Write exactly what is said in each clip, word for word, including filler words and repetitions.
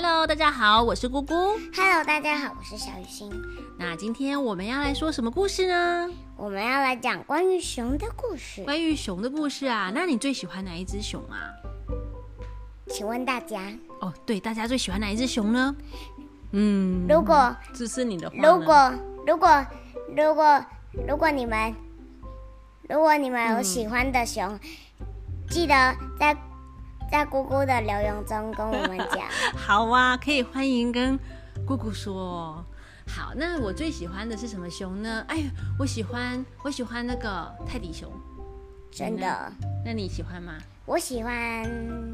Hello， 大家好，我是姑姑。 Hello， 大家好，我是小雨欣。 那今天我们要来说什么故事呢？ 我们要来讲关于熊的故事。 关于熊的故事啊，那你最喜欢哪一只熊啊？ 请问大家？ 哦，对，大家最喜欢哪一只熊呢？嗯， 如果这是你的话呢， 如果如果如果如果你们如果你们有喜欢的熊，嗯、记得在在姑姑的留言中跟我们讲。 好啊，可以欢迎跟姑姑说。好，那我最喜欢的是什么熊呢？哎，我喜欢我喜欢那个泰迪熊。 真的？ 那你喜欢吗？ 我喜欢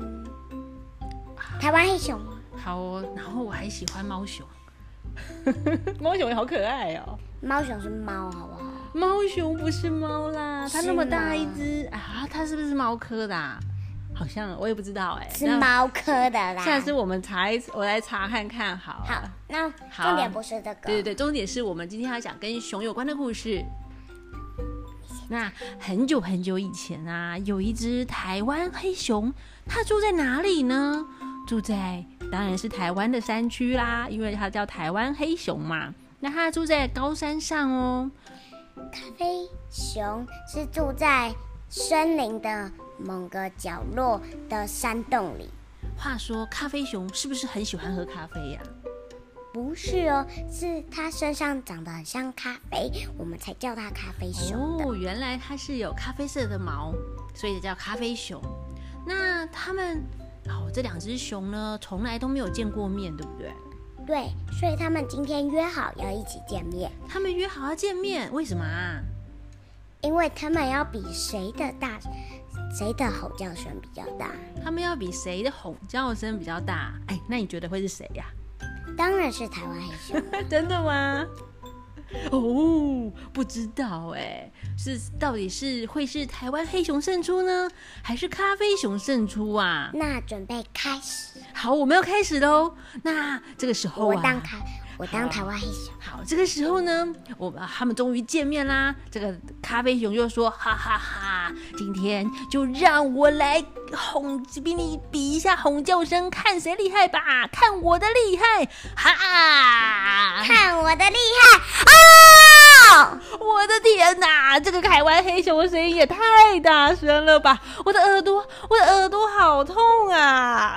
台湾黑熊。 好哦，然后我还喜欢猫熊。猫熊也好可爱哦。 猫熊是猫，好不好？ 猫熊不是猫啦，它那么大一只啊，它是不是猫科的啊？好像我也不知道哎、欸， 是猫科的啦。 下次我们查一，我来查看看好了。 好，那重点不是这个。 对对对，重点是我们今天要讲跟熊有关的故事。那很久很久以前啊，有一只台湾黑熊，它住在哪里呢？住在当然是台湾的山区啦，因为它叫台湾黑熊嘛。那它住在高山上哦。 咖啡熊是住在森林的某个角落的山洞里。 话说，咖啡熊是不是很喜欢喝咖啡呀、啊？ 不是哦，是它身上长得很像咖啡，我们才叫它咖啡熊的。 哦，原来它是有咖啡色的毛，所以叫咖啡熊。那它们，哦，这两只熊呢，从来都没有见过面，对不对？ 对，所以他们今天约好要一起见面。 他们约好要见面，为什么啊？ 因为他们要比谁的大，谁的吼叫声比较大。 他们要比谁的吼叫声比较大？哎，那你觉得会是谁呀、啊？ 当然是台湾黑熊。 真的吗？哦，不知道哎，是到底是会是台湾黑熊胜出呢，还是咖啡熊胜出啊？ 那准备开始。 好，我们要开始喽。那这个时候啊， 我当开。我当台湾黑熊。 好，好，这个时候呢，我他们终于见面啦。这个咖啡熊就说：“哈哈哈，今天就让我来哄，比你比一下吼叫声，看谁厉害吧！看我的厉害，哈！ 看我的厉害啊！ 我的天哪，这个台湾黑熊的声音也太大声了吧！我的耳朵，我的耳朵好痛啊！”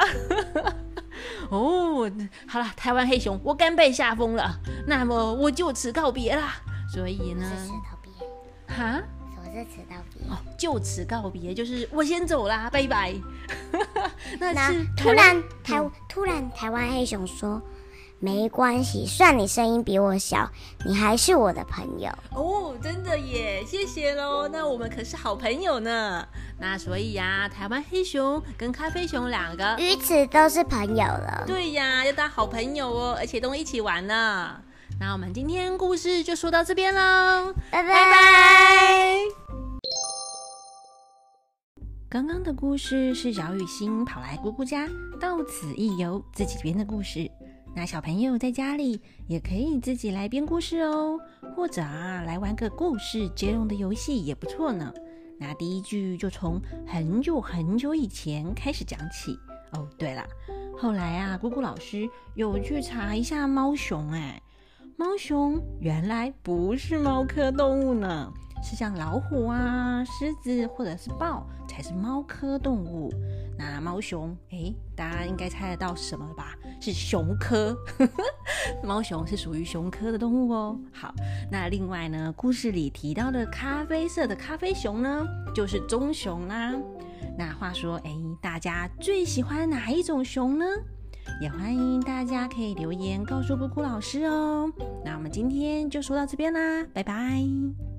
哦，好了，台湾黑熊，我甘拜下风了，那么我就此告别啦。所以呢， 是此告别哈？ 什么是此告别？ 哦，就此告别，就是我先走啦，拜拜。那是突然台、嗯、突然台湾黑熊说：“没关系，算你声音比我小，你还是我的朋友。” 哦，真的耶，谢谢喽。那我们可是好朋友呢。那所以呀、啊，台湾黑熊跟咖啡熊两个于此都是朋友了。 对呀，要当好朋友哦，而且都一起玩呢。那我们今天故事就说到这边喽， 拜拜拜。 刚刚的故事是小雨欣跑来姑姑家到此一游自己编的故事。那小朋友在家里也可以自己来编故事哦，或者啊来玩个故事接龙的游戏也不错呢。那第一句就从很久很久以前开始讲起哦。对了，后来啊，姑姑老师有去查一下猫熊，哎，猫熊原来不是猫科动物呢，是像老虎啊、狮子或者是豹才是猫科动物。那猫熊，哎，大家应该猜得到是什么了吧？是熊科，猫熊是属于熊科的动物哦。好，那另外呢，故事里提到的咖啡色的咖啡熊呢，就是棕熊啦。那话说，哎，大家最喜欢哪一种熊呢？也欢迎大家可以留言告诉姑姑老师哦。那我们今天就说到这边啦，拜拜。